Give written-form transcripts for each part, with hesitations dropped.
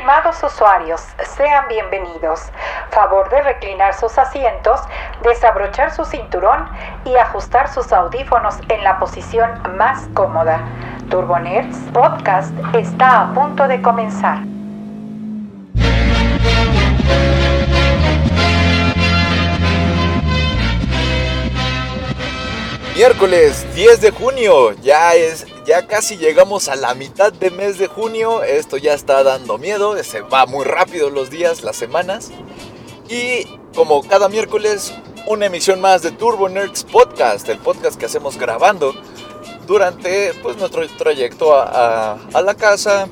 Estimados usuarios, sean bienvenidos. Favor de reclinar sus asientos, desabrochar su cinturón y ajustar sus audífonos en la posición más cómoda. Turbo Nerds Podcast está a punto de comenzar. Miércoles 10 de junio, ya casi llegamos a la mitad de mes de junio. Esto ya está dando miedo, se va muy rápido los días, las semanas. Y como cada miércoles, una emisión más de Turbo Nerds Podcast, el podcast que hacemos grabando durante nuestro trayecto a la casa,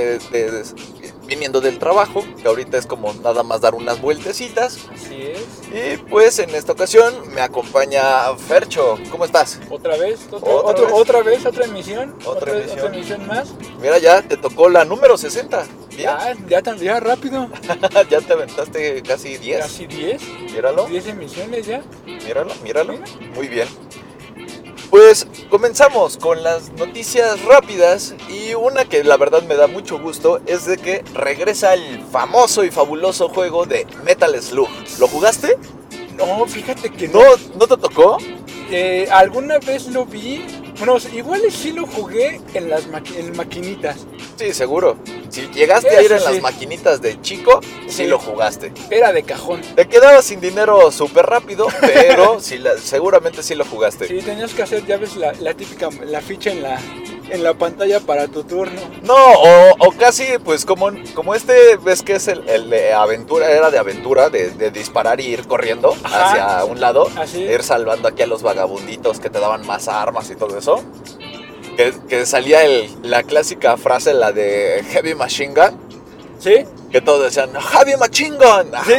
viniendo del trabajo, que ahorita es como nada más dar unas vueltecitas. Así es. Y pues en esta ocasión me acompaña Fercho. ¿Cómo estás? ¿Otra vez? ¿Otra emisión? ¿Otra emisión más? Mira, ya te tocó la número 60. Ya rápido. Ya te aventaste casi 10. Casi 10. Míralo. 10 emisiones ya. Míralo. Mira. Muy bien. Pues comenzamos con las noticias rápidas, y una que la verdad me da mucho gusto es de que regresa el famoso y fabuloso juego de Metal Slug. ¿Lo jugaste? No, fíjate que no. ¿No te tocó? Alguna vez lo vi. Bueno, igual sí lo jugué en maquinitas. Sí, seguro. Si llegaste a ir en las maquinitas de chico, sí lo jugaste. Era de cajón. Te quedabas sin dinero súper rápido, pero seguramente sí lo jugaste. Sí, tenías que hacer, ya ves, la típica, la ficha en la pantalla para tu turno. No, o casi, pues como ves que es el de aventura, era de aventura, de disparar y ir corriendo hacia un lado, ir salvando aquí a los vagabunditos que te daban más armas y todo eso. Que salía la clásica frase, la de Heavy Machine Gun. ¿Sí? Que todos decían, Heavy Machine Gun. Sí,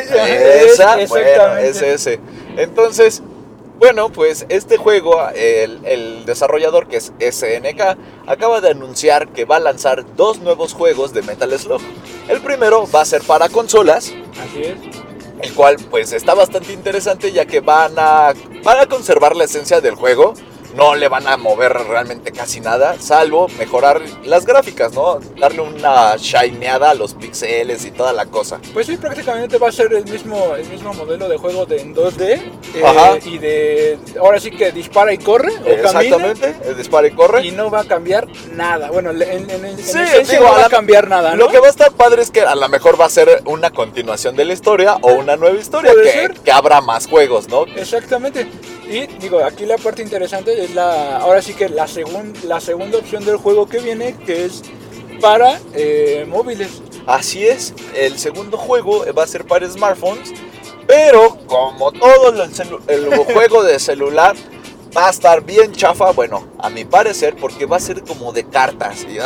Es ese. Entonces, bueno, pues este juego, el desarrollador, que es SNK, acaba de anunciar que va a lanzar 2 nuevos juegos de Metal Slug. El primero va a ser para consolas. Así es. El cual pues está bastante interesante, ya que van a conservar la esencia del juego. No le van a mover realmente casi nada, salvo mejorar las gráficas, ¿no? Darle una shineada a los pixeles y toda la cosa. Pues sí, prácticamente va a ser el mismo modelo de juego en 2D. Y ahora sí que dispara y corre, o exactamente, dispara y corre. Y no va a cambiar nada. Bueno, en sí, esencia no va a cambiar nada, ¿no? Lo que va a estar padre es que a lo mejor va a ser una continuación de la historia o una nueva historia, que abra más juegos, ¿no? Exactamente. Y digo, aquí la parte interesante es ahora sí que la segunda opción del juego que viene, que es para móviles. Así es, el segundo juego va a ser para smartphones, pero como todo el juego de celular va a estar bien chafa, bueno, a mi parecer, porque va a ser como de cartas. Sí,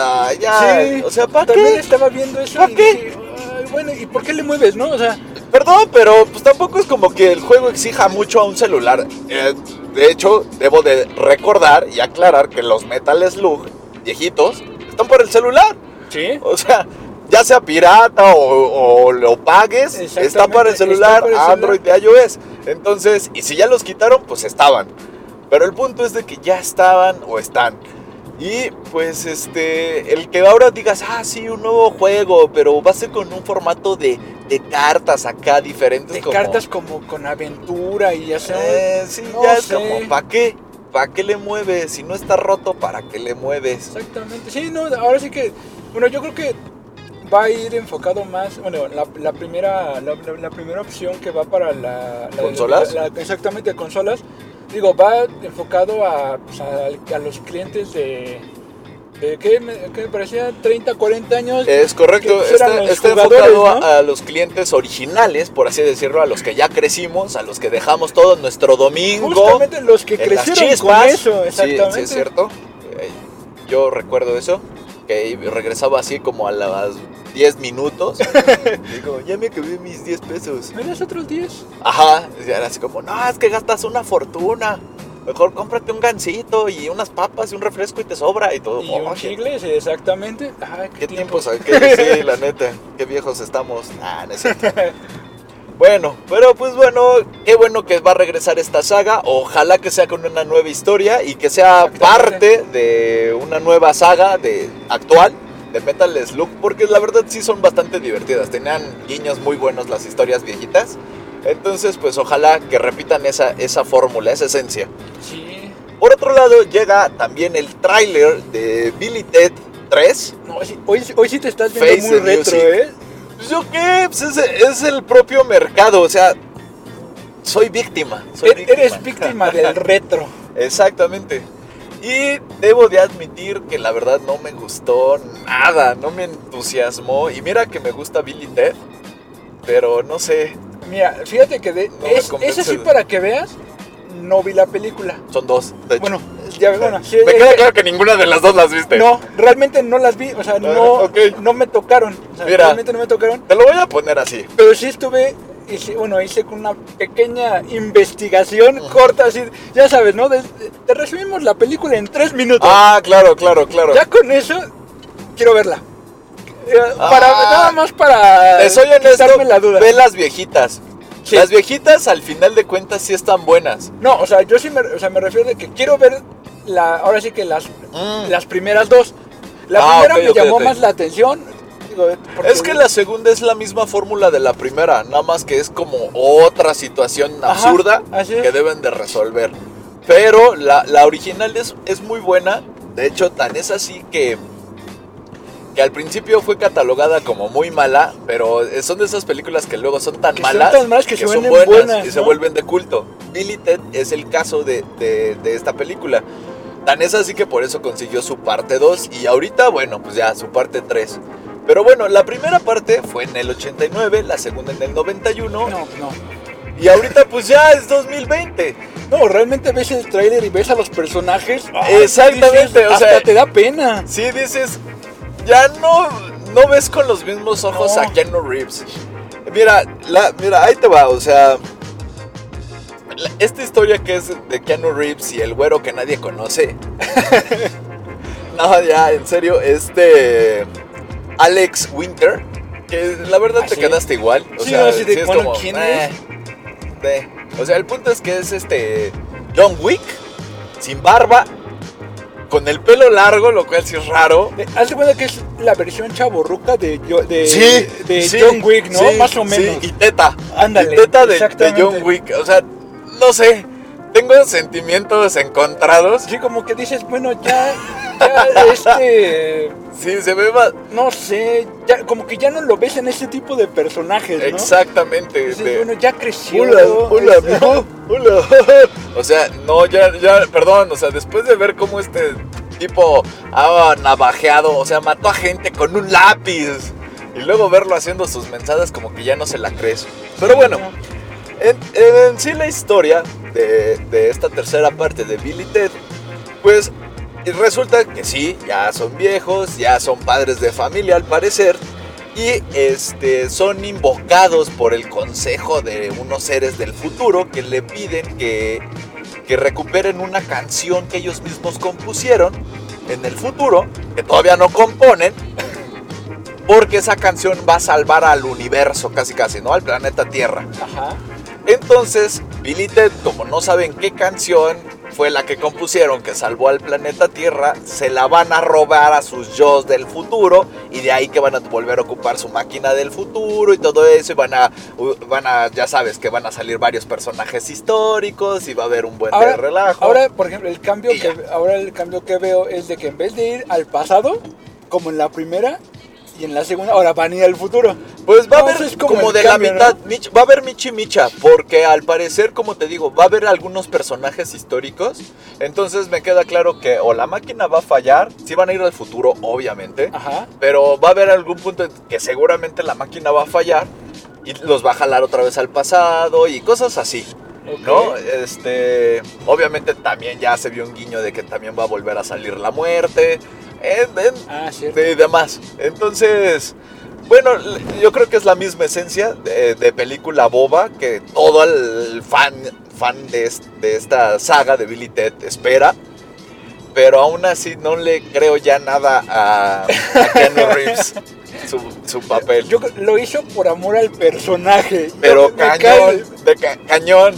o sea, ¿para qué? También estaba viendo eso. ¿Para qué? Dije, bueno, ¿y por qué le mueves, no? O sea, perdón, pero pues tampoco es como que el juego exija mucho a un celular. De hecho, debo de recordar y aclarar que los Metal Slug viejitos están por el celular. Sí. O sea, ya sea pirata o lo pagues, está para el celular, Android y iOS. Entonces, y si ya los quitaron, pues estaban. Pero el punto es de que ya estaban o están. Y pues el que ahora digas, sí, un nuevo juego, pero va a ser con un formato de cartas acá diferentes. De cartas como con aventura y ya sabes. Sí, no ya sé. Es como, ¿para qué? ¿Para qué le mueves? Si no está roto, ¿para qué le mueves? Exactamente, sí, no, ahora sí que, bueno, yo creo que va a ir enfocado más, bueno, la primera opción que va para ¿consolas? Exactamente, consolas. Digo, va enfocado a los clientes de ¿qué me parecía? 30, 40 años. Es correcto, está enfocado, ¿no? A los clientes originales, por así decirlo, a los que ya crecimos, a los que dejamos todo nuestro domingo. Justamente los que crecieron con eso, exactamente. Sí, es cierto. Yo recuerdo eso, que regresaba así como a las 10 minutos. Digo, ya me acabé mis 10 pesos. ¿Me das otros 10? Ajá, era así como, no, es que gastas una fortuna. Mejor cómprate un gansito y unas papas y un refresco y te sobra y todo. Y un chicle, exactamente. Ay, qué tiempos. Sí, la neta, qué viejos estamos. No es cierto. Bueno, pero pues bueno, qué bueno que va a regresar esta saga. Ojalá que sea con una nueva historia y que sea parte de una nueva saga actual de Metal Slug, porque la verdad sí son bastante divertidas. Tenían guiños muy buenos las historias viejitas. Entonces, pues ojalá que repitan esa fórmula, esa esencia. Sí. Por otro lado, llega también el tráiler de Bill y Ted 3. No, sí, hoy sí te estás viendo Face muy the retro, Music. Pues yo qué, pues es el propio mercado, o sea, soy víctima. Eres víctima del retro. Exactamente. Y debo de admitir que la verdad no me gustó nada, no me entusiasmó. Y mira que me gusta Bill y Ted, pero no sé. Mira, fíjate que No me es convence. así para que veas, no vi la película. Son dos, de hecho. Bueno, bueno, sí, me queda claro que ninguna de las dos las viste. No, realmente no las vi, o sea, ok. no me tocaron. O sea, Mira. realmente no me tocaron. Te lo voy a poner así. Pero sí hice con una pequeña investigación corta, así, ya sabes, ¿no? Te resumimos la película en 3 minutos. Ah, claro. Ya con eso, quiero verla. Ah. Nada más para Te soy honesto, quitarme la duda. ve las viejitas. Sí. Las viejitas al final de cuentas sí están buenas. No, o sea, yo sí me refiero de que quiero ver ahora sí que las primeras dos. La primera ok, me llamó ok. más la atención. Digo, porque- Es que la segunda es la misma fórmula de la primera, nada más que es como otra situación Ajá, absurda así es. que deben de resolver. Pero la original es muy buena, de hecho tan es así que al principio fue catalogada como muy mala, pero son de esas películas que luego son tan Que son malas tan malas que se son vuelven buenas, y se ¿no? vuelven de culto. Bill y Ted es el caso de esta película. Tan es así que por eso consiguió su parte 2 y ahorita, bueno, pues ya su parte 3. Pero bueno, la primera parte fue en el 89, la segunda en el 91 No. y ahorita pues ya es 2020. No, realmente ves el tráiler y ves a los personajes. Exactamente, o hasta sea, te da pena. Sí dices, ya no ves con los mismos ojos No. a Keanu Reeves. Mira, ahí te va, o sea, esta historia que es de Keanu Reeves y el güero que nadie conoce. No, ya, en serio, Alex Winter, que la verdad te ¿sí? quedaste igual. O Sí, sea, no, sí, de, es bueno, como, ¿quién es? O sea, el punto es que es John Wick, sin barba, con el pelo largo, lo cual sí es raro. Haz de cuenta que es la versión chavorruca de Sí, John Wick, ¿no? sí, Más o menos. Sí, y teta. Ándale, Y teta de exactamente. John Wick. O sea, no sé. Tengo sentimientos encontrados. Sí, como que dices, bueno, ya Sí, se ve más. no sé, ya, como que ya no lo ves en ese tipo de personajes, ¿no? Exactamente. Dices, bueno, ya creció. Hola, amigo. Hola. O sea, no, ya, perdón. O sea, después de ver cómo este tipo ha navajeado, o sea, mató a gente con un lápiz. Y luego verlo haciendo sus mensadas, como que ya no se la crees. Pero bueno. En sí la historia de esta tercera parte de Bill y Ted, pues resulta que sí, ya son viejos, ya son padres de familia al parecer, y son invocados por el consejo de unos seres del futuro que le piden que recuperen una canción que ellos mismos compusieron en el futuro, que todavía no componen, porque esa canción va a salvar al universo casi, ¿no? Al planeta Tierra. Ajá. Entonces, Bill y Ted, como no saben qué canción fue la que compusieron que salvó al planeta Tierra, se la van a robar a sus yo's del futuro y de ahí que van a volver a ocupar su máquina del futuro y todo eso y van a ya sabes que van a salir varios personajes históricos y va a haber un buen de relajo. Ahora, por ejemplo, el cambio que veo es de que en vez de ir al pasado, como en la primera y en la segunda, ahora van a ir al futuro. Pues va a Entonces, haber como como el de cambio, la mitad, ¿no? va a haber Michi Micha, porque al parecer, como te digo, va a haber algunos personajes históricos. Entonces me queda claro que o la máquina va a fallar, sí van a ir al futuro, obviamente, Ajá. pero va a haber algún punto en que seguramente la máquina va a fallar y los va a jalar otra vez al pasado y cosas así. Ok. ¿No? Obviamente también ya se vio un guiño de que también va a volver a salir la muerte. Cierto. Y demás. Entonces, bueno, yo creo que es la misma esencia de película boba que todo el fan de esta saga de Bill y Ted espera. Pero aún así no le creo ya nada a Keanu Reeves, su papel. Yo lo hizo por amor al personaje. Pero Me cañón, cae- cañón.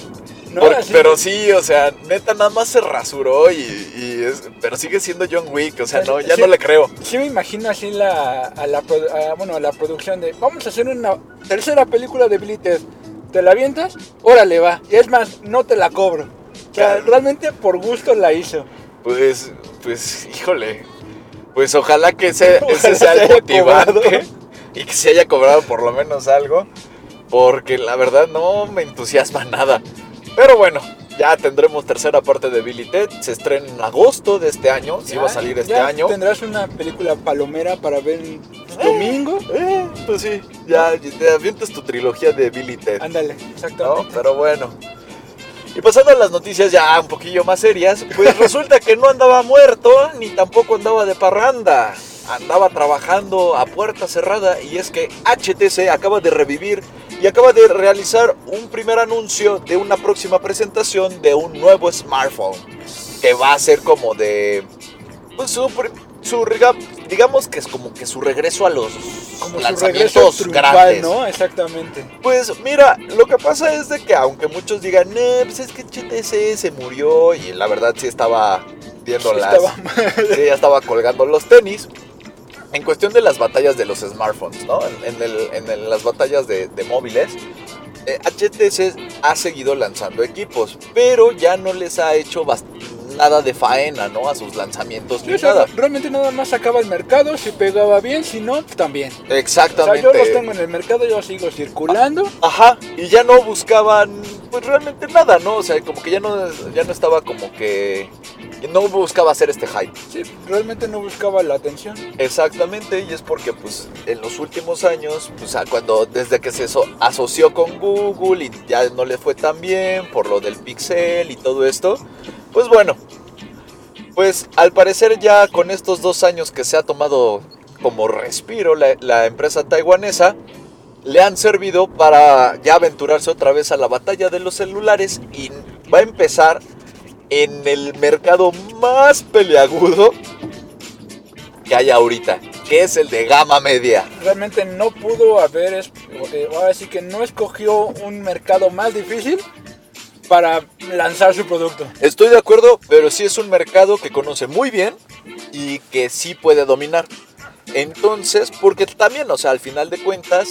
No era así. Pero sí, o sea, neta nada más se rasuró pero sigue siendo John Wick, o sea, no, ya Sí, no le creo. Sí me imagino así a la producción de, vamos a hacer una tercera película de Billy Ted. ¿Te la avientas? Órale, va. Y es más, no te la cobro. O sea, Claro. realmente por gusto la hizo. Pues, híjole. Pues ojalá que ese sea se el haya motivante cobrado. y que se haya cobrado por lo menos algo, porque la verdad no me entusiasma nada. Pero bueno, ya tendremos tercera parte de Billy Ted, se estrena en agosto de este año, si va a salir este Ya año. Tendrás una película palomera para ver domingo. Pues sí, ya te avientas tu trilogía de Billy Ted, Ándale, ¿no? exactamente. Pero bueno. Y pasando a las noticias ya un poquillo más serias, pues resulta que no andaba muerto ni tampoco andaba de parranda. Andaba trabajando a puerta cerrada y es que HTC acaba de revivir y acaba de realizar un primer anuncio de una próxima presentación de un nuevo smartphone que va a ser como de pues digamos que es como que su regreso a los Como su regreso lanzamientos triunfal, grandes. ¿no? Exactamente. Pues mira, lo que pasa es de que aunque muchos digan, pues es que HTC se murió y la verdad sí estaba viendo Sí, las... estaba mal. Sí, ya estaba colgando los tenis. En cuestión de las batallas de los smartphones, ¿no? En las batallas de móviles, HTC ha seguido lanzando equipos, pero ya no les ha hecho nada de faena, ¿no? A sus lanzamientos ni Sí, o sea, nada. realmente nada más sacaba el mercado, si pegaba bien, si no, también. O sea, Exactamente. yo los tengo en el mercado, yo sigo circulando. Ajá, y ya no buscaban pues realmente nada, ¿no? O sea, como que ya no estaba como que no buscaba hacer este hype. Sí, realmente no buscaba la atención. Exactamente, y es porque pues en los últimos años, pues desde que se asoció con Google y ya no le fue tan bien por lo del Pixel y todo esto, pues bueno, pues al parecer ya con estos 2 años que se ha tomado como respiro la empresa taiwanesa, le han servido para ya aventurarse otra vez a la batalla de los celulares y va a empezar en el mercado más peleagudo que hay ahorita, que es el de gama media. Realmente no pudo haber, ahora sí que no escogió un mercado más difícil para lanzar su producto. Estoy de acuerdo, pero sí es un mercado que conoce muy bien y que sí puede dominar. Entonces, porque también, o sea, al final de cuentas,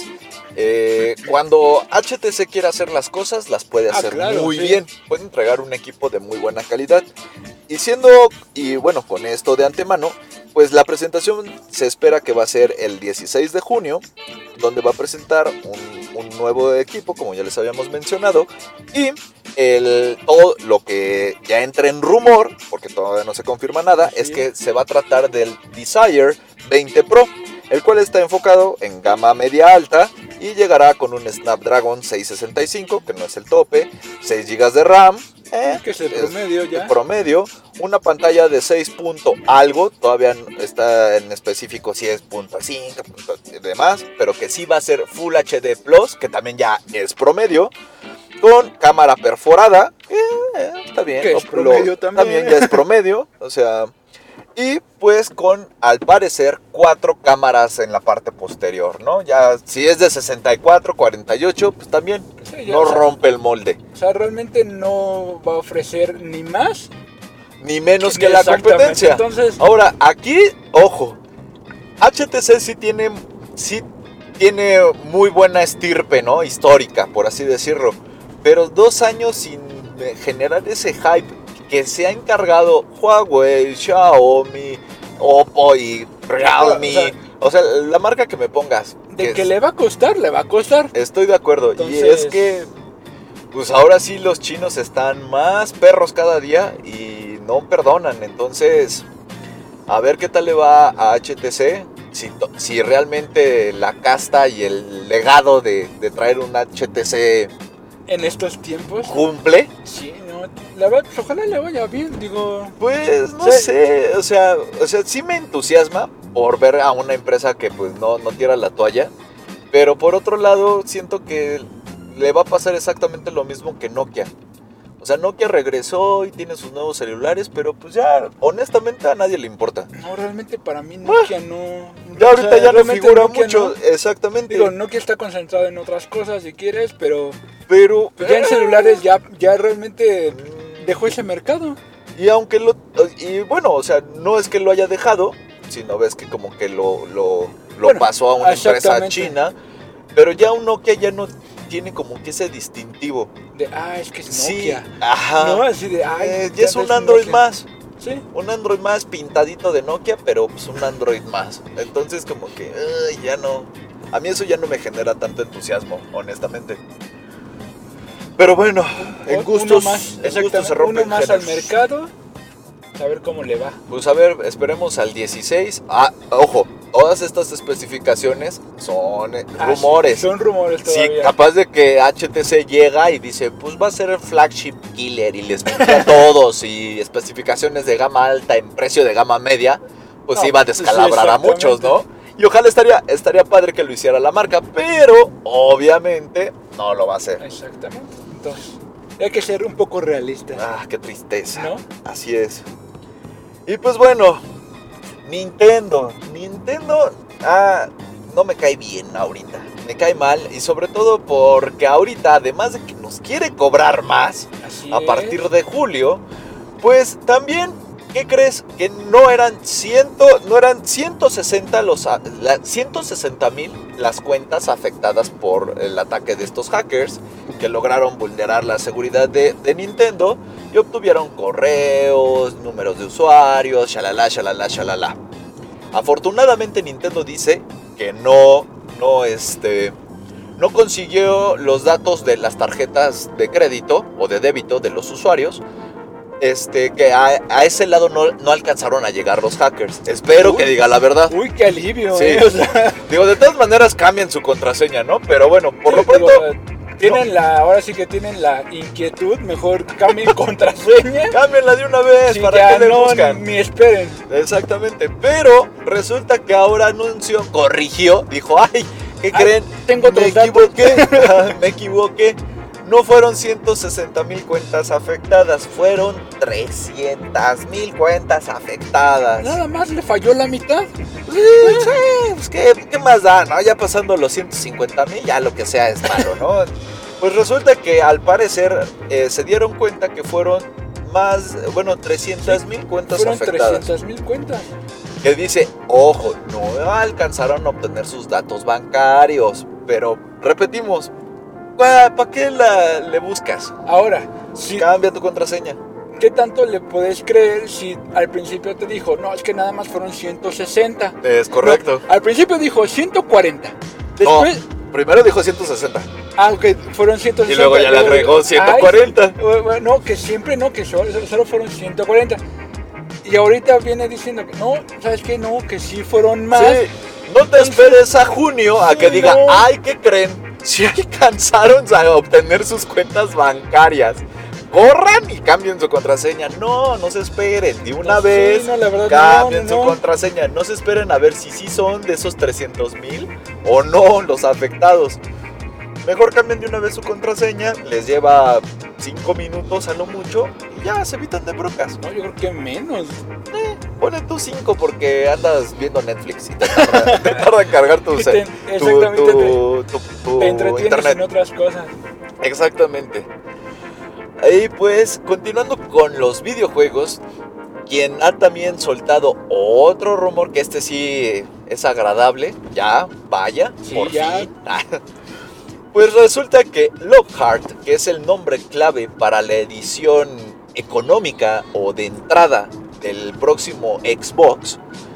cuando HTC quiere hacer las cosas, las puede hacer claro, muy sí. bien. Puede entregar un equipo de muy buena calidad. Y bueno, con esto de antemano, pues la presentación se espera que va a ser el 16 de junio, donde va a presentar un nuevo equipo, como ya les habíamos mencionado, y todo lo que ya entra en rumor, porque todavía no se confirma nada, es que se va a tratar del Desire 20 Pro, el cual está enfocado en gama media alta y llegará con un Snapdragon 665, que no es el tope, 6 GB de RAM, Que es el promedio ya. el promedio, una pantalla de 6 punto algo, todavía está en específico si es punto 5 y demás, pero que sí va a ser Full HD Plus, que también ya es promedio, con cámara perforada, está bien, Que es promedio también. ya es promedio, o sea, y pues con, al parecer, 4 cámaras en la parte posterior, ¿no? Ya, si es de 64, 48, pues también Sí, ya, no o sea, rompe el molde. O sea, realmente no va a ofrecer ni más. Ni menos que la Exactamente. competencia. Entonces, Ahora, aquí, ojo, HTC sí tiene muy buena estirpe, ¿no? Histórica, por así decirlo. Pero 2 años sin generar ese hype que se ha encargado Huawei, Xiaomi, Oppo y Realme. O sea, la marca que me pongas. de que le va a costar, le va a costar. Estoy de acuerdo. Entonces- Y es que, pues ahora sí los chinos están más perros cada día y no perdonan. Entonces, a ver qué tal le va a HTC. Si realmente la casta y el legado de traer un HTC En estos tiempos. cumple. Sí, no, la verdad, pues, ojalá le vaya bien, digo. Pues no Sí. sé, o sea, sí me entusiasma por ver a una empresa que pues no tira la toalla, pero por otro lado siento que le va a pasar exactamente lo mismo que Nokia. O sea, Nokia regresó y tiene sus nuevos celulares, pero pues ya, honestamente a nadie le importa. No, realmente para mí Nokia no. Ya o ahorita sea, ya no realmente figura Nokia mucho, no. exactamente. Digo, Nokia está concentrado en otras cosas si quieres, pero Pero Pues ya en celulares ya realmente dejó ese mercado. y bueno, o sea, no es que lo haya dejado, sino ves que como que lo Bueno, pasó a una empresa exactamente. china, pero ya un Nokia ya no tiene como que ese distintivo. Es que es Sí, Nokia. ajá. No, así de, Ya es un Android Nokia. más. Sí. Un Android más pintadito de Nokia, pero pues un Android más. Entonces como que ya no. A mí eso ya no me genera tanto entusiasmo, honestamente. Pero bueno, en gustos, Uno más, en gustos se exactamente, rompen uno más al géneros. mercado. A ver cómo le va. Pues a ver, esperemos al 16. Ojo, todas estas especificaciones son rumores. Sí, son rumores Sí, todavía. capaz de que HTC llega y dice, pues va a ser el flagship killer y les mete a todos y especificaciones de gama alta en precio de gama media, pues No, iba a descalabrar sí, a muchos, ¿no? Y ojalá estaría padre que lo hiciera la marca, pero obviamente no lo va a hacer. Exactamente. Entonces, hay que ser un poco realistas. Qué tristeza. ¿No? Así es. Y pues bueno, Nintendo, no me cae bien ahorita, me cae mal y sobre todo porque ahorita, además de que nos quiere cobrar más Así a es. partir de julio, pues también, ¿qué crees? Que no eran 160 160,000 las cuentas afectadas por el ataque de estos hackers que lograron vulnerar la seguridad de Nintendo y obtuvieron correos, números de usuarios, shalala. Afortunadamente Nintendo dice que no consiguió los datos de las tarjetas de crédito o de débito de los usuarios. Que a ese lado no alcanzaron a llegar los hackers. Espero que diga la verdad. Uy, qué alivio, Sí. O sea, Digo, de todas maneras cambian su contraseña, ¿no? Pero bueno, por lo sí, pronto, tienen ahora sí que tienen la inquietud, mejor cambien contraseña. cámbienla de una vez. Sí, ¿Para ya qué le no, buscan? ni esperen. Exactamente. Pero resulta que ahora corrigió, dijo, ay, ¿qué creen? tengo otros Me datos. equivoqué. Me equivoqué. No fueron 160,000 cuentas afectadas, fueron 300,000 cuentas afectadas. Nada más le falló la mitad. Pues, ¿qué más da? ¿No? Ya pasando los 150,000, ya lo que sea es malo, ¿no? Pues resulta que al parecer se dieron cuenta que fueron 300,000 cuentas Fueron afectadas. 300,000 cuentas. Que dice, ojo, no alcanzaron a obtener sus datos bancarios, pero repetimos, ¿para qué le buscas? Ahora, si Cambia tu contraseña. ¿qué tanto le puedes creer si al principio te dijo, no, es que nada más fueron 160? Es correcto. No, al principio dijo 140. Después, Primero dijo 160 ok, fueron 160. y luego ya le agregó 140. Ay, no, que siempre no, que solo fueron 140. Y ahorita viene diciendo que no, ¿sabes qué? No, que sí fueron más. Sí, no te esperes a junio a que Sí, diga, no. ay, ¿qué creen? Si alcanzaron a obtener sus cuentas bancarias, corran y cambien su contraseña. No se esperen, de una Sí, vez no, la verdad, cambien no, su no. contraseña. No se esperen a ver si sí son de esos 300,000 o no los afectados. Mejor cambien de una vez su contraseña, les lleva 5 minutos a lo mucho y ya se evitan de broncas. No, yo creo que menos. Pone tú 5 porque andas viendo Netflix y te tarda en cargar tu Exactamente, te entretienes internet. en otras cosas. Exactamente. Ahí pues, continuando con los videojuegos, quien ha también soltado otro rumor, que este sí es agradable, ya, vaya, Sí, por ya. fin. Pues resulta que Lockhart, que es el nombre clave para la edición económica o de entrada del próximo Xbox,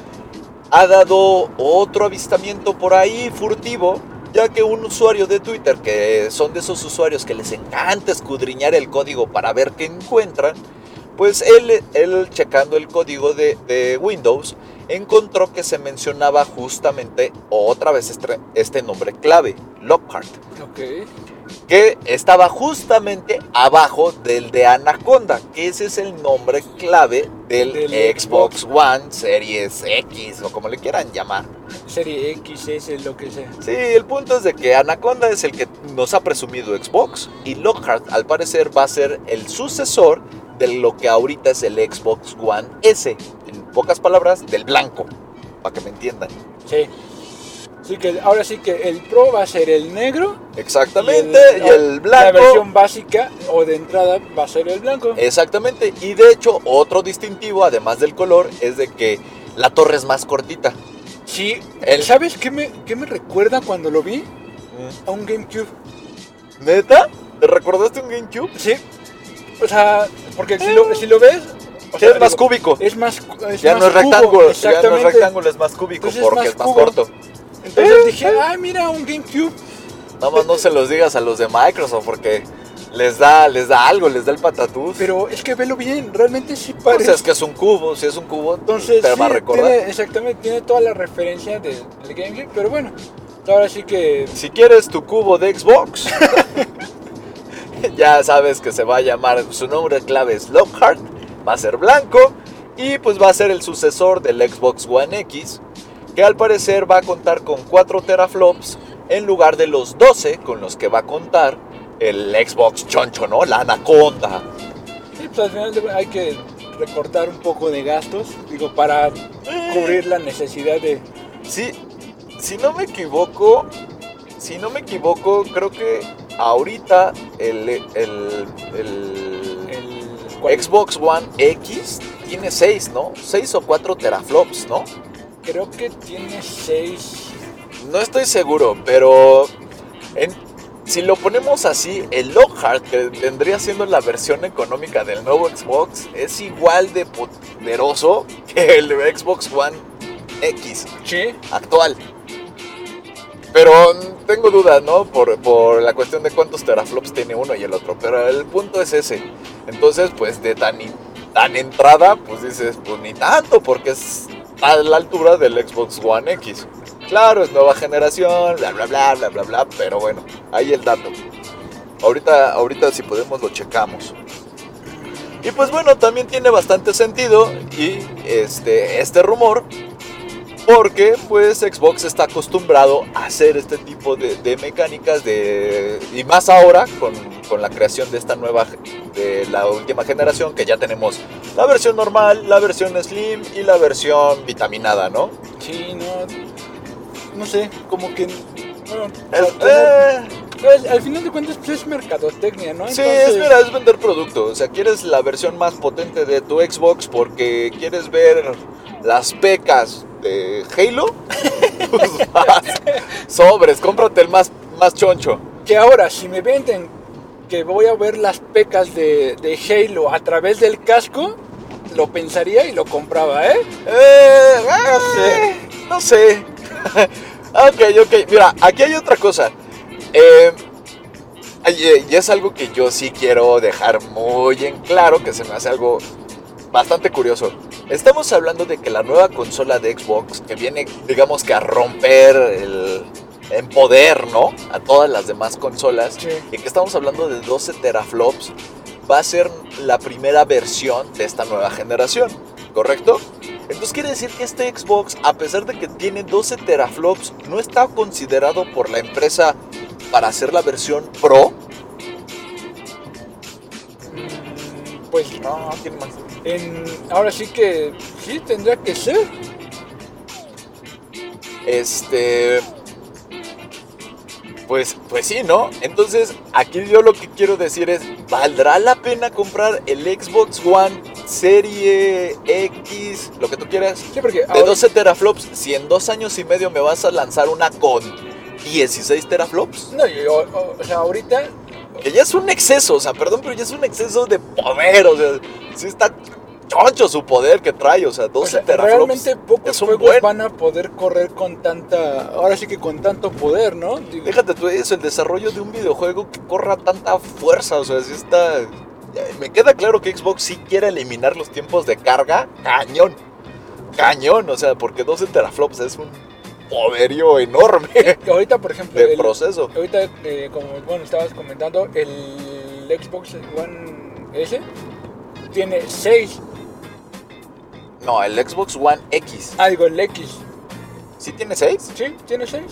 ha dado otro avistamiento por ahí furtivo, ya que un usuario de Twitter, que son de esos usuarios que les encanta escudriñar el código para ver qué encuentran, pues él checando el código de Windows, encontró que se mencionaba justamente otra vez este nombre clave, Lockhart, Ok. que estaba justamente abajo del de Anaconda, que ese es el nombre clave del Xbox One Series X o como le quieran llamar. Serie X, S, lo que sea. Sí, el punto es de que Anaconda es el que nos ha presumido Xbox y Lockhart al parecer va a ser el sucesor de lo que ahorita es el Xbox One S, en pocas palabras, del blanco, para que me entiendan. Sí. Así que ahora sí que el Pro va a ser el negro. Exactamente, y el blanco. La versión básica o de entrada va a ser el blanco. Exactamente, y de hecho otro distintivo, además del color, es de que la torre es más cortita. Sí, ¿sabes qué me recuerda cuando lo vi? A un GameCube. ¿Neta? ¿Te recordaste un GameCube? Sí, o sea, porque si lo ves... O sea, es más cúbico. Es más ya más no es rectángulo, exactamente. Ya no es rectángulo, es más cúbico. Entonces porque es más cubo. corto. Entonces dije, ay, mira, un GameCube. Nada más no se los digas a los de Microsoft porque les da algo, les da el patatús. Pero es que velo bien, realmente sí O parece. sea, es que es un cubo, si es un cubo, entonces te sí, va a recordar. Exactamente, tiene toda la referencia del GameCube, pero bueno, ahora sí que... Si quieres tu cubo de Xbox, ya sabes que se va a llamar, su nombre clave es Lockhart, va a ser blanco y pues va a ser el sucesor del Xbox One X, que al parecer va a contar con 4 teraflops en lugar de los 12 con los que va a contar el Xbox choncho, ¿no? La Anaconda. Sí, pues al final hay que recortar un poco de gastos, digo, para cubrir la necesidad de... Sí, si no me equivoco, creo que ahorita el Xbox One X tiene 6, ¿no? 6 o 4 teraflops, ¿no? Creo que tiene 6. No estoy seguro, pero si lo ponemos así, el Lockhart, que vendría siendo la versión económica del nuevo Xbox, es igual de poderoso que el Xbox One X actual. Pero tengo dudas, ¿no? Por la cuestión de cuántos teraflops tiene uno y el otro. Pero el punto es ese. Entonces, pues de tan entrada, pues dices, pues ni tanto, porque es a la altura del Xbox One X. Claro, es nueva generación, bla, bla, bla, bla, bla, bla. Pero bueno, ahí el dato. Ahorita si podemos lo checamos. Y pues bueno, también tiene bastante sentido y este rumor. Porque pues Xbox está acostumbrado a hacer este tipo de mecánicas y más ahora con la creación de esta nueva, de la última generación, que ya tenemos la versión normal, la versión Slim y la versión vitaminada, ¿no? Sí, no sé, como que... Bueno, al final de cuentas pues es mercadotecnia, ¿no? Sí, es vender producto. O sea, quieres la versión más potente de tu Xbox porque quieres ver las pecas de Halo. Pues sobres, cómprate el más choncho. Que ahora, si me venden que voy a ver las pecas de Halo a través del casco, lo pensaría y lo compraba, ¿eh? No sé. Ok. Mira, aquí hay otra cosa. Y es algo que yo sí quiero dejar muy en claro, que se me hace algo bastante curioso. Estamos hablando de que la nueva consola de Xbox, que viene, digamos que a romper en poder, ¿no? A todas las demás consolas, sí. Y que estamos hablando de 12 teraflops, va a ser la primera versión de esta nueva generación, ¿correcto? Entonces quiere decir que este Xbox, a pesar de que tiene 12 teraflops, no está considerado por la empresa para hacer la versión Pro. Pues no, tiene más. Ahora sí que sí, tendría que ser. Pues sí, ¿no? Entonces, aquí yo lo que quiero decir es, ¿valdrá la pena comprar el Xbox One Serie X, lo que tú quieras, sí, porque de 12 teraflops, si en 2 años y medio me vas a lanzar una con 16 teraflops? No, o sea, ahorita... Que ya es un exceso, o sea, perdón, pero ya es un exceso de poder, o sea, sí está choncho su poder que trae, o sea, 12 teraflops. Realmente pocos juegos van a poder correr con tanta, ahora sí que con tanto poder, ¿no? Déjate tú eso, el desarrollo de un videojuego que corra tanta fuerza, o sea, sí está... Me queda claro que Xbox sí quiere eliminar los tiempos de carga, cañón, o sea, porque 12 teraflops es un poderío enorme. Ahorita, por ejemplo, de proceso. Ahorita, como bueno, estabas comentando, el Xbox One S tiene 6. No, el Xbox One X. Ah, digo, el X. ¿Sí tiene 6? Sí, tiene 6.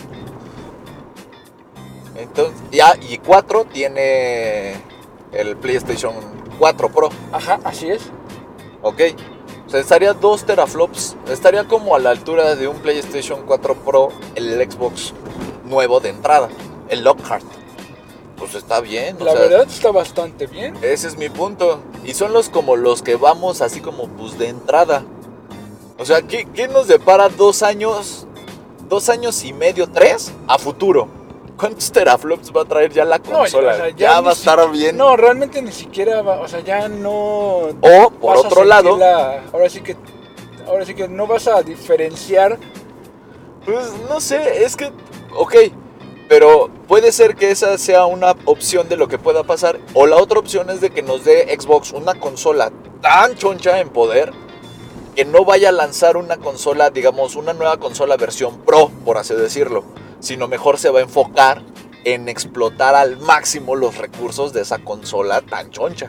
Entonces, y 4 tiene el PlayStation 4 Pro. Ajá, así es. Ok. O sea, estaría 2 teraflops. Estaría como a la altura de un PlayStation 4 Pro, el Xbox nuevo de entrada, el Lockhart. Pues está bien. La verdad está bastante bien. Ese es mi punto. Y son los que vamos así como pues de entrada. O sea, ¿qué nos depara 2 años, 2 años y medio, 3 a futuro? ¿Cuántos teraflops va a traer ya la consola? O sea, ya va a estar bien. No, realmente ni siquiera va, o sea, ya no. O por otro lado, ahora sí que no vas a diferenciar. pues no sé, es que, ok, pero puede ser que esa sea una opción de lo que pueda pasar. O la otra opción es de que nos dé Xbox una consola tan choncha en poder que no vaya a lanzar una consola, digamos, una nueva consola versión Pro, por así decirlo, sino mejor se va a enfocar en explotar al máximo los recursos de esa consola tan choncha.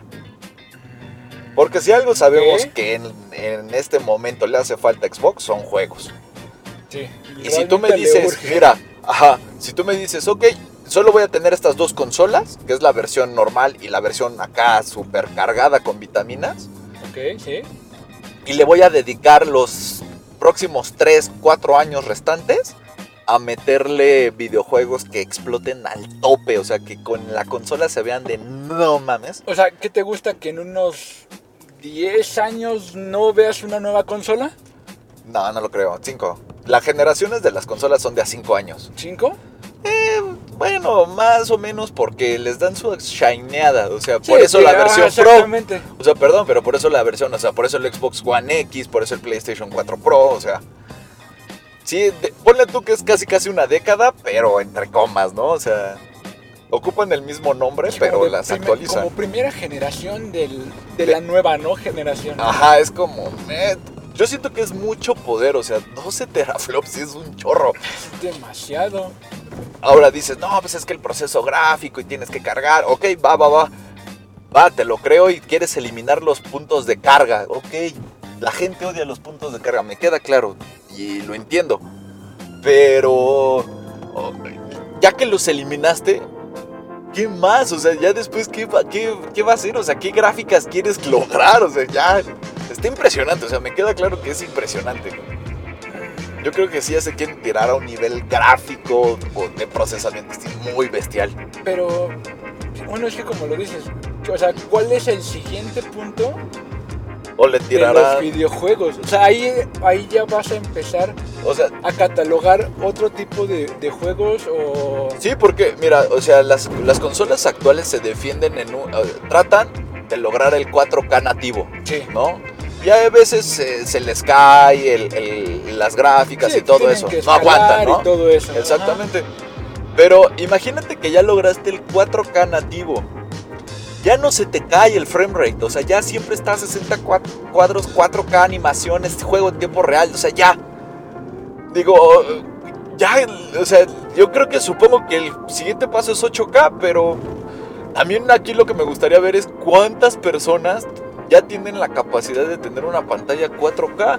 Porque si algo sabemos que en este momento le hace falta a Xbox, son juegos. Sí, y si tú me dices, mira, si tú me dices, ok, solo voy a tener estas 2 consolas, que es la versión normal y la versión acá super cargada con vitaminas. Ok, sí. Y le voy a dedicar los próximos 3, 4 años restantes a meterle videojuegos que exploten al tope. O sea, que con la consola se vean de no mames. O sea, ¿qué te gusta? ¿Que en unos 10 años no veas una nueva consola? No, no lo creo. 5. Las generaciones de las consolas son de a 5 años. ¿5? Bueno, más o menos porque les dan su shineada. O sea, Sí, por eso sí, la versión Pro. exactamente. O sea, perdón, pero por eso la versión, o sea, por eso el Xbox One X, por eso el PlayStation 4 Pro, o sea. Sí, ponle tú que es casi una década, pero entre comas, ¿no? O sea, ocupan el mismo nombre, Sí, pero las actualizan. Como primera generación de la nueva, ¿no? Generación. Ajá, es como... yo siento que es mucho poder, o sea, 12 teraflops es un chorro. Es demasiado. Ahora dices, no, pues es que el proceso gráfico y tienes que cargar. Ok, va, te lo creo y quieres eliminar los puntos de carga. Ok, la gente odia los puntos de carga, me queda claro y lo entiendo. Pero ya que los eliminaste, ¿qué más? O sea, ya después, ¿qué va a hacer? O sea, ¿qué gráficas quieres lograr? O sea, ya está impresionante. O sea, me queda claro que es impresionante. Yo creo que sí ya se quieren tirar a un nivel gráfico o de procesamiento muy bestial. Pero, bueno, es que como lo dices, o sea, ¿cuál es el siguiente punto? O le De tirará... los videojuegos. O sea, ahí ya vas a empezar, O sea, a catalogar otro tipo de juegos o... sí, porque, mira, o sea, las consolas actuales se defienden tratan de lograr el 4K nativo, Sí. ¿no? Y a veces se les cae las gráficas Sí, y todo tienen eso. que No aguantan, escalar ¿no? y todo eso. Exactamente. Pero imagínate que ya lograste el 4K nativo. Ya no se te cae el frame rate. O sea, ya siempre está a 60 cuadros, 4K animaciones, juego en tiempo real. O sea, ya. Digo, ya, o sea, yo creo que supongo que el siguiente paso es 8K, pero también aquí lo que me gustaría ver es cuántas personas ya tienen la capacidad de tener una pantalla 4K.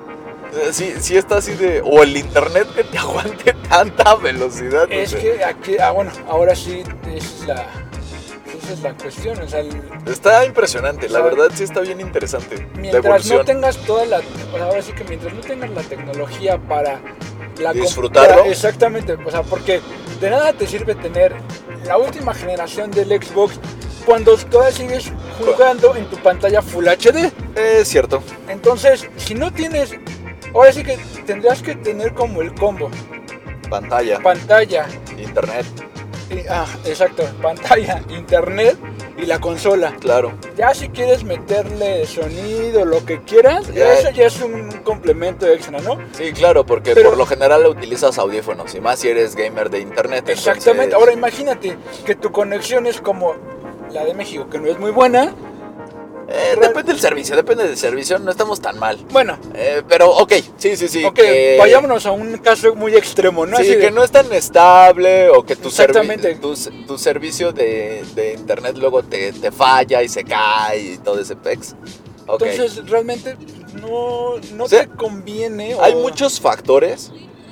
Sí está así de... O el internet que te aguante tanta velocidad. Es que aquí, bueno, ahora sí esa es la cuestión. O sea, está impresionante, la verdad sí está bien interesante. Mientras no tengas ahora sí que mientras no tengas la tecnología para disfrutarlo. Exactamente, o sea, porque de nada te sirve tener la última generación del Xbox cuando todavía sigues jugando en tu pantalla Full HD. Es cierto. Entonces, si no tienes, ahora sí que tendrás que tener como el combo. Pantalla, internet. Exacto, pantalla, internet y la consola. Claro. Ya si quieres meterle sonido, lo que quieras, eso ya es un complemento extra, ¿no? Sí, claro, porque por lo general utilizas audífonos, y más si eres gamer de internet. Exactamente. Entonces... Ahora imagínate que tu conexión es como la de México, que no es muy buena. Depende del servicio, no estamos tan mal. Bueno. Pero, ok, sí. Ok, vayámonos a un caso muy extremo, ¿no? Sí, Así que no es tan estable o que tu servicio de internet luego te falla y se cae y todo ese pex. Okay. Entonces, realmente no te conviene. Hay muchos factores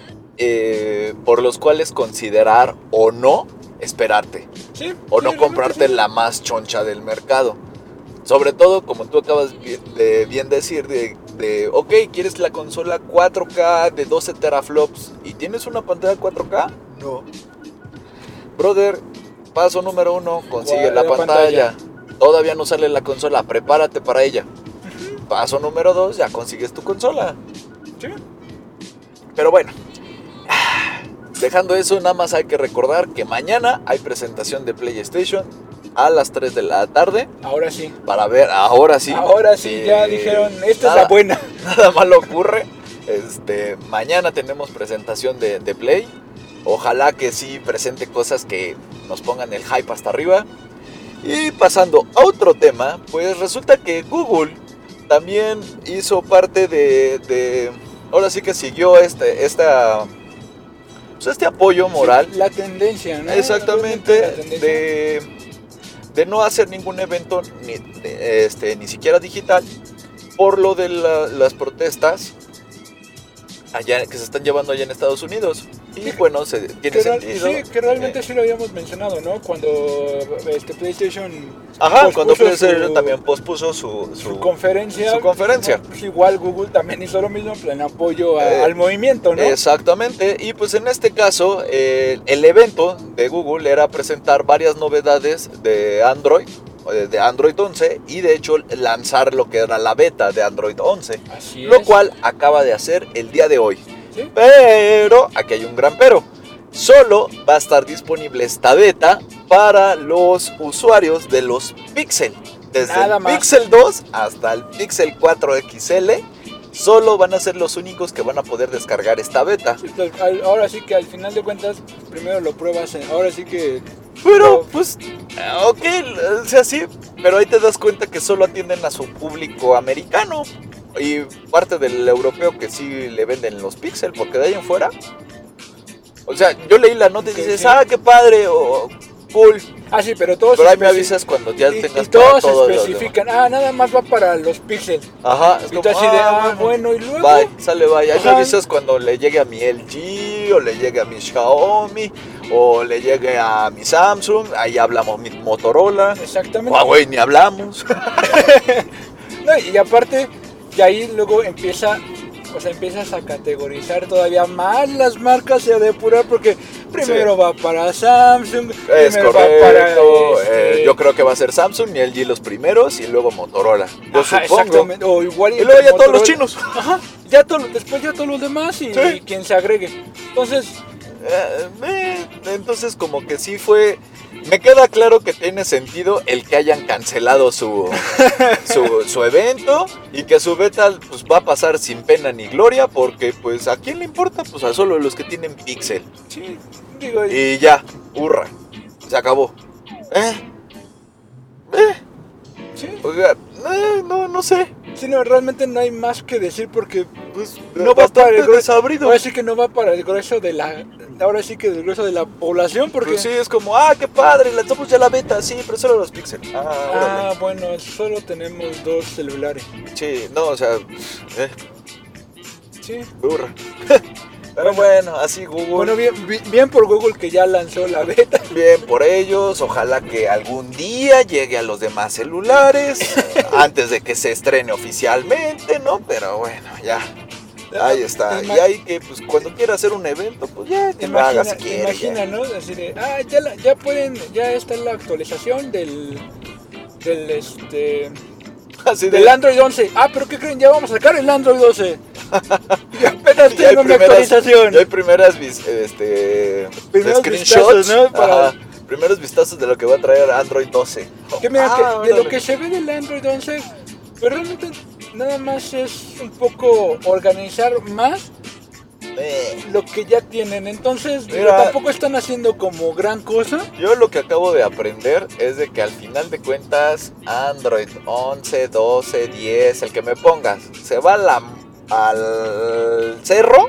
por los cuales considerar o no esperarte. Sí, o no comprarte la más choncha del mercado. Sobre todo, como tú acabas de bien decir, ok, ¿quieres la consola 4K de 12 teraflops y tienes una pantalla 4K? No. Brother, paso número 1, consigue la pantalla. Todavía no sale la consola, prepárate para ella. Paso número 2, ya consigues tu consola. Sí. Pero bueno, dejando eso, nada más hay que recordar que mañana hay presentación de PlayStation a las 3 de la tarde. Ahora sí. Para ver, ahora sí. Ahora sí, ya dijeron, esta es la buena. Nada malo ocurre. Mañana tenemos presentación de Play. Ojalá que sí presente cosas que nos pongan el hype hasta arriba. Y pasando a otro tema, pues resulta que Google también hizo parte de ahora sí que siguió este apoyo moral. Sí, la tendencia, ¿no? Exactamente, La tendencia. de no hacer ningún evento ni siquiera digital por lo de las protestas allá que se están llevando allá en Estados Unidos. Y bueno, tiene sentido. Sí, que realmente sí lo habíamos mencionado, ¿no? Cuando PlayStation... cuando PlayStation también pospuso su conferencia. Su conferencia. Pues igual Google también hizo lo mismo en plan apoyo al movimiento, ¿no? Exactamente. Y pues en este caso, el evento de Google era presentar varias novedades de Android 11 y de hecho lanzar lo que era la beta de Android 11. Así lo es. Cual acaba de hacer el día de hoy. ¿Sí? Pero aquí hay un gran pero. Solo va a estar disponible esta beta para los usuarios de los Pixel. Desde Nada el más. Pixel 2 hasta el Pixel 4 XL. Solo van a ser los únicos que van a poder descargar esta beta. Ahora sí que al final de cuentas, primero lo pruebas. Ahora sí que... Pero, pues, ok, o sea, sí, pero ahí te das cuenta que solo atienden a su público americano y parte del europeo que sí le venden los Pixel, porque de ahí en fuera, o sea, yo leí la nota y dices, sí. qué padre, o cool. Ah, sí, pero todos... Pero ahí me avisas cuando ya tengas y todos todo especifican, nada más va para los Pixel. Ajá, es Y como, tú así de, bueno, y luego... bye, sale, bye. Ahí me Ajá. avisas cuando le llegue a mi LG, o le llegue a mi Xiaomi, o le llegue a mi Samsung, ahí hablamos mi Motorola. Exactamente. Huawei ni hablamos. No, y aparte, de ahí luego empiezas a categorizar todavía más las marcas y a depurar, porque primero va para Samsung, Es primero correcto, va para... yo creo que va a ser Samsung y LG los primeros y luego Motorola. Yo Ajá, supongo. exactamente. O igual Y luego ya todos los Motorola. chinos. Ajá, después ya todos los demás y Sí. quien se agregue. Entonces, Entonces como que sí fue... Me queda claro que tiene sentido el que hayan cancelado su evento y que su beta pues va a pasar sin pena ni gloria, porque pues ¿a quién le importa? Pues a solo los que tienen Pixel. sí, digo, Y ya, hurra, se acabó. sí. Oiga, no sé. Sí, no, realmente no hay más que decir porque Pues no va para el grueso. desabrido. Ahora sí que no va para el grueso de la... Ahora sí que del grueso de la población porque... Pues sí, es como, qué padre, lanzamos ya la beta, sí, pero solo los Pixel. Órale. Bueno, solo tenemos 2 celulares. Sí, no, o sea, Sí. burra. Pero bueno, así Google. Bueno, bien por Google que ya lanzó la beta. Bien por ellos, ojalá que algún día llegue a los demás celulares antes de que se estrene oficialmente, ¿no? Pero bueno, ya. Ahí está. Y ahí que pues cuando quiera hacer un evento, pues ya que lo haga si quiere. Imagina, Ya. ¿no? Así de, ya está la actualización del Así del Android 11. Pero ¿qué creen? Ya vamos a sacar el Android 12. Y apenas ya hay tengo mi primeras- actualización. Ya hay primeras Primeros screenshots, vistazos, ¿no? Para- primeros vistazos de lo que va a traer Android 12. Que mira, que de órale. lo que se ve del Android 11, pues realmente nada más es un poco organizar más lo que ya tienen. Entonces, digo, Mira. tampoco están haciendo como gran cosa. Yo lo que acabo de aprender es de que al final de cuentas Android 11, 12, 10, el que me pongas, se va al cerro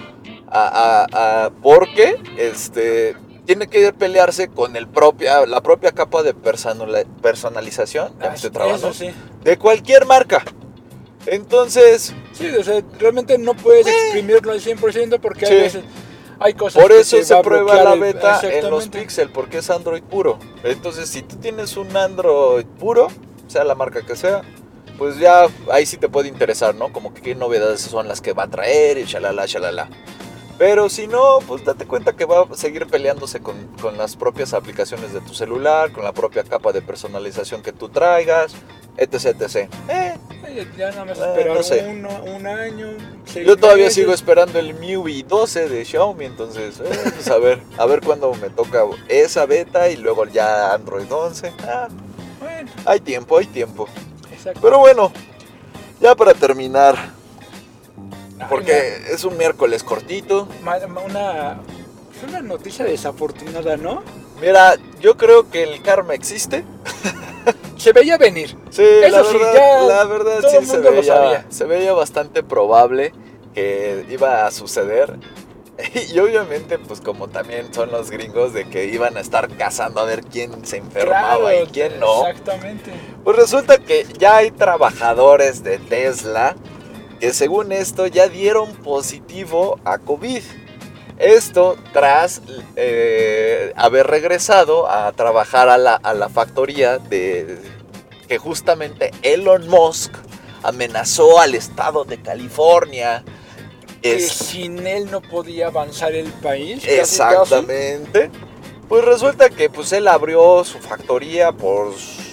porque tiene que pelearse con la propia capa de personalización, ya me estoy trabando, Eso sí. de cualquier marca. Entonces, Sí, o sea, realmente no puedes exprimirlo al 100% porque Sí. hay veces hay cosas por que eso te se va a prueba bloquear la el- beta en los exactamente. Pixel, porque es Android puro. Entonces, si tú tienes un Android puro, sea la marca que sea, pues ya ahí sí te puede interesar, ¿no? Como que qué novedades son las que va a traer y shalala, shalala. Pero si no, pues date cuenta que va a seguir peleándose con las propias aplicaciones de tu celular, con la propia capa de personalización que tú traigas, etc, etc. Ya nada más esperar no sé. un año, 6 Yo todavía meses. sigo esperando el MIUI 12 de Xiaomi, entonces pues a ver cuándo me toca esa beta y luego ya Android 11. Bueno, Hay tiempo. exacto. Pero bueno, ya para terminar, porque es un miércoles cortito. Una noticia desafortunada, ¿no? Mira, yo creo que el karma existe. Se veía venir. Sí, Eso sí, ya la verdad todo sí el mundo lo sabía. se veía bastante probable que iba a suceder. Y obviamente, pues como también son los gringos de que iban a estar cazando a ver quién se enfermaba y quién no. Exactamente. Pues resulta que ya hay trabajadores de Tesla que según esto ya dieron positivo a COVID. Esto tras haber regresado a trabajar a la factoría que justamente Elon Musk amenazó al estado de California. Que sin él no podía avanzar el país. Exactamente. Pues resulta que pues él abrió su factoría por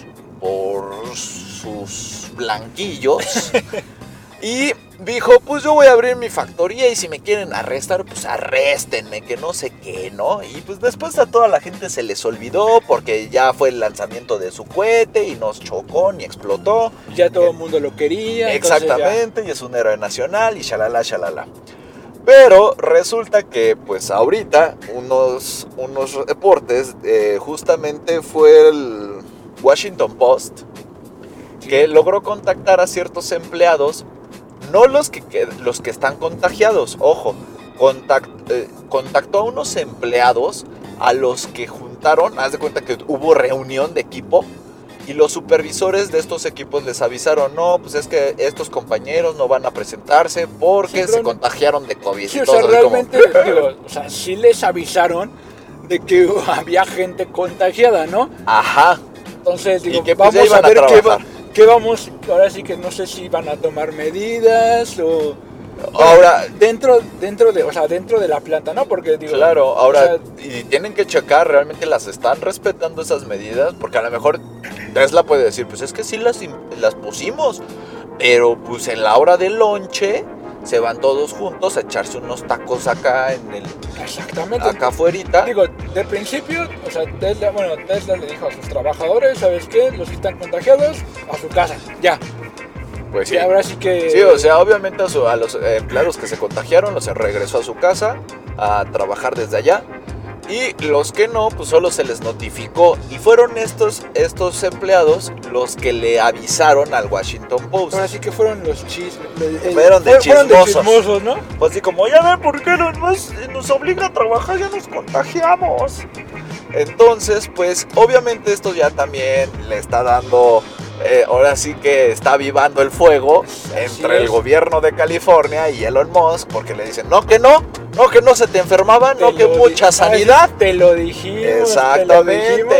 sus blanquillos. Y dijo, pues yo voy a abrir mi factoría y si me quieren arrestar, pues arréstenme, que no sé qué, ¿no? Y pues después a toda la gente se les olvidó porque ya fue el lanzamiento de su cohete y nos chocó ni explotó. Ya todo el mundo lo quería. Exactamente, y es un héroe nacional y shalala, shalala. Pero resulta que pues ahorita unos reportes, justamente fue el Washington Post, que logró contactar a ciertos empleados. No los que están contagiados, ojo, contactó a unos empleados a los que juntaron, haz de cuenta que hubo reunión de equipo y los supervisores de estos equipos les avisaron, no, pues es que estos compañeros no van a presentarse porque se contagiaron de COVID. Sí, o sea, realmente, sí les avisaron de que había gente contagiada, ¿no? Ajá. Entonces, digo, y que pues, vamos a ver qué vamos, ahora sí que no sé si van a tomar medidas o... Ahora, dentro de la planta, ¿no? Porque digo... Claro, ahora, y tienen que checar, realmente las están respetando esas medidas, porque a lo mejor Tesla puede decir, pues es que sí las pusimos, pero pues en la hora del lonche se van todos juntos a echarse unos tacos acá en el... Exactamente. Acá afuerita. Digo, de principio, o sea, Tesla le dijo a sus trabajadores, ¿sabes qué? Los que están contagiados, a su casa, ya. Pues sí. Y ahora sí que... Sí, o sea, obviamente a los empleados que se contagiaron, los regresó a su casa a trabajar desde allá. Y los que no, pues solo se les notificó. Y fueron estos empleados los que le avisaron al Washington Post. Ahora sí que fueron los Fueron de chismosos, ¿no? Pues así como, ya ven por qué nos obliga a trabajar, ya nos contagiamos. Entonces, pues obviamente esto ya también le está dando... ahora sí que está avivando el fuego entre el gobierno de California y Elon Musk, porque le dicen, no que no se te enfermaba, no que mucha sanidad. Te lo dijimos. Exactamente.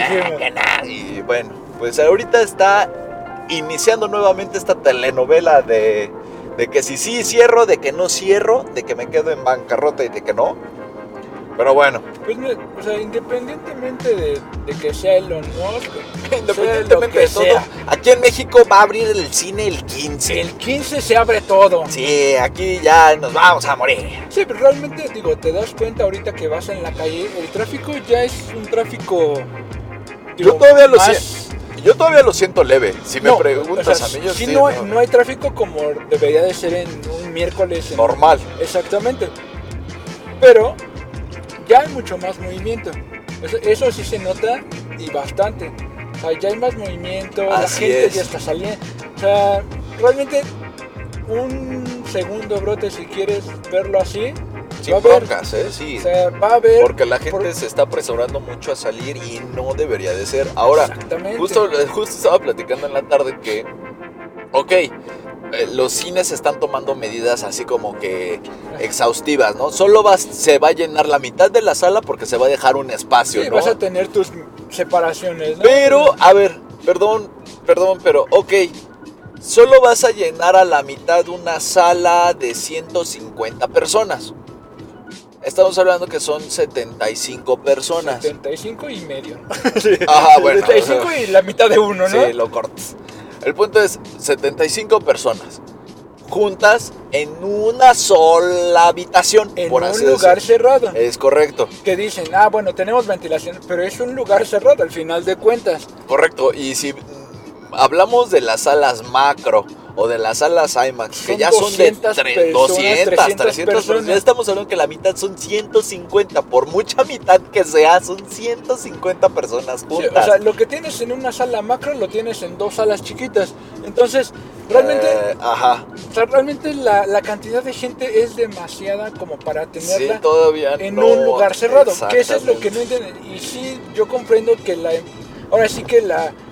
Y y bueno, pues ahorita está iniciando nuevamente esta telenovela de que si sí cierro, de que no cierro, de que me quedo en bancarrota y de que no. Pero bueno. Pues, o sea, independientemente de que sea Elon Musk, independientemente de todo, aquí en México va a abrir el cine el 15. El 15 se abre todo. Sí, aquí ya nos vamos a morir. Sí, pero realmente, digo, te das cuenta ahorita que vas en la calle, el tráfico ya es un tráfico... Digo, yo todavía lo siento leve. Si me preguntas a mí, yo sí, no hay tráfico como debería de ser en un miércoles. Normal. Exactamente. Pero... ya hay mucho más movimiento. Eso sí se nota y bastante. O sea, ya hay más movimiento, la gente ya está saliendo. O sea, realmente un segundo brote, si quieres verlo así. Sin broncas, sí. O sea, va a haber. Porque la gente se está apresurando mucho a salir y no debería de ser. Ahora, justo estaba platicando en la tarde que, los cines están tomando medidas así como que exhaustivas, ¿no? Solo se va a llenar la mitad de la sala porque se va a dejar un espacio, sí, ¿no? Vas a tener tus separaciones, ¿no? Pero, a ver, perdón, perdón, pero ok. Solo vas a llenar a la mitad una sala de 150 personas. Estamos hablando que son 75 personas. 75 y medio, ¿no? Ajá, bueno. 75 y la mitad de uno, ¿no? Sí, lo cortas. El punto es 75 personas juntas en una sola habitación. En por un así lugar decirlo. cerrado. Es correcto. Que dicen, bueno, tenemos ventilación, pero es un lugar cerrado al final de cuentas. Correcto. Y si hablamos de las salas macro o de las salas IMAX, que ya son de 200, 300 personas, ya estamos hablando que la mitad son 150, por mucha mitad que sea, son 150 personas juntas. Sí, o sea, lo que tienes en una sala macro lo tienes en dos salas chiquitas. Entonces, realmente, o sea, realmente la cantidad de gente es demasiada como para tenerla en un lugar cerrado. Que eso es lo que no entienden. Y sí, yo comprendo que ahora sí que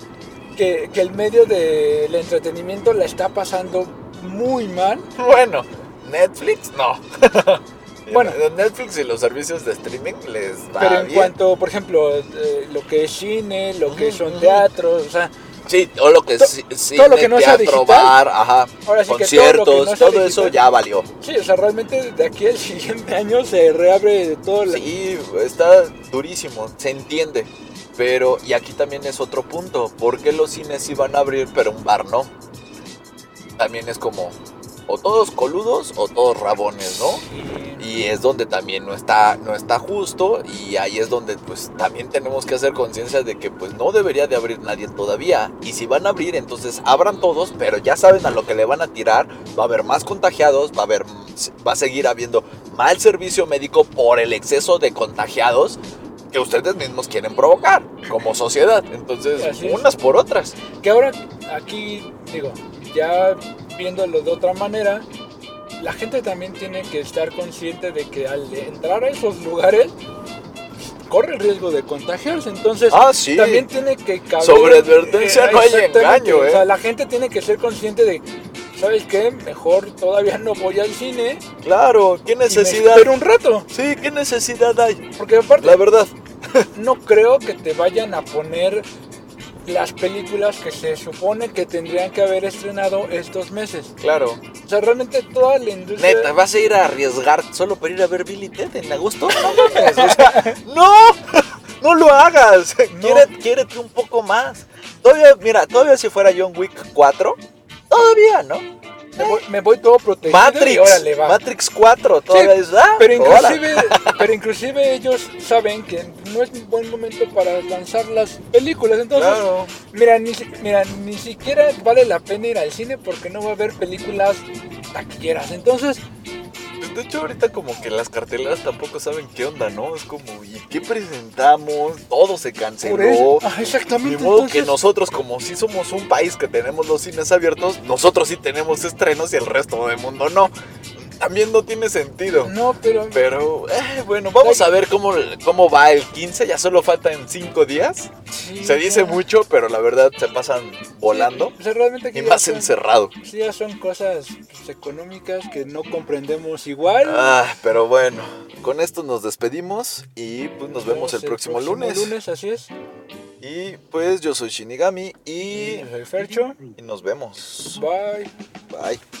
que el medio del entretenimiento la está pasando muy mal. Bueno, Netflix no. Bueno, Netflix y los servicios de streaming les va pero en bien. cuanto, por ejemplo, lo que es cine, lo que son teatros, o sea, sí, o lo que es cine, todo lo que no sea teatro, digital, bar, ahora sí que conciertos, todo lo que no sea todo eso digital, ya valió. Sí, o sea, realmente de aquí al siguiente año se reabre todo. Sí, está durísimo, se entiende. Pero, y aquí también es otro punto, ¿por qué los cines sí van a abrir pero un bar no? También es como, o todos coludos o todos rabones, ¿no? Sí. Y es donde también no está justo, y ahí es donde pues también tenemos que hacer conciencia de que pues no debería de abrir nadie todavía. Y si van a abrir, entonces abran todos, pero ya saben a lo que le van a tirar. Va a haber más contagiados, va a seguir habiendo mal servicio médico por el exceso de contagiados que ustedes mismos quieren provocar como sociedad. Entonces, unas por otras. Que ahora aquí, digo, ya viéndolo de otra manera, la gente también tiene que estar consciente de que al entrar a esos lugares corre el riesgo de contagiarse. Entonces, sí, también tiene que caber... Sobre advertencia no hay engaño, O sea, la gente tiene que ser consciente de, ¿sabes qué? Mejor todavía no voy al cine. Claro, ¿qué necesidad? Pero un rato. Sí, ¿qué necesidad hay? Porque aparte, la verdad, no creo que te vayan a poner las películas que se supone que tendrían que haber estrenado estos meses. Claro. O sea, realmente toda la industria... Neta, ¿vas a ir a arriesgar solo para ir a ver Bill y Ted en agosto? No mames, o sea, no lo hagas. No. Quiérete un poco más. Todavía si fuera John Wick 4, todavía, ¿no? Me voy todo protegido. Matrix, y órale, va. Matrix 4, todavía Sí, es pero inclusive ellos saben que no es un buen momento para lanzar las películas. Entonces, claro. mira, ni siquiera vale la pena ir al cine porque no va a haber películas taquilleras. Entonces, de hecho, ahorita como que las carteleras tampoco saben qué onda, ¿no? Es como, ¿y qué presentamos? Todo se canceló. Exactamente. De modo que nosotros, como si somos un país que tenemos los cines abiertos, nosotros sí tenemos estrenos y el resto del mundo no. También no tiene sentido. No, pero bueno, vamos a ver cómo va el 15. Ya solo faltan 5 días. Sí, se dice mucho, pero la verdad se pasan volando. Sí, o sea, realmente y más encerrado. Sí, ya son cosas económicas que no comprendemos igual. Pero bueno, con esto nos despedimos y pues nos vemos el próximo lunes. Así es. Y pues yo soy Shinigami y yo soy Fercho. Y nos vemos. Bye. Bye.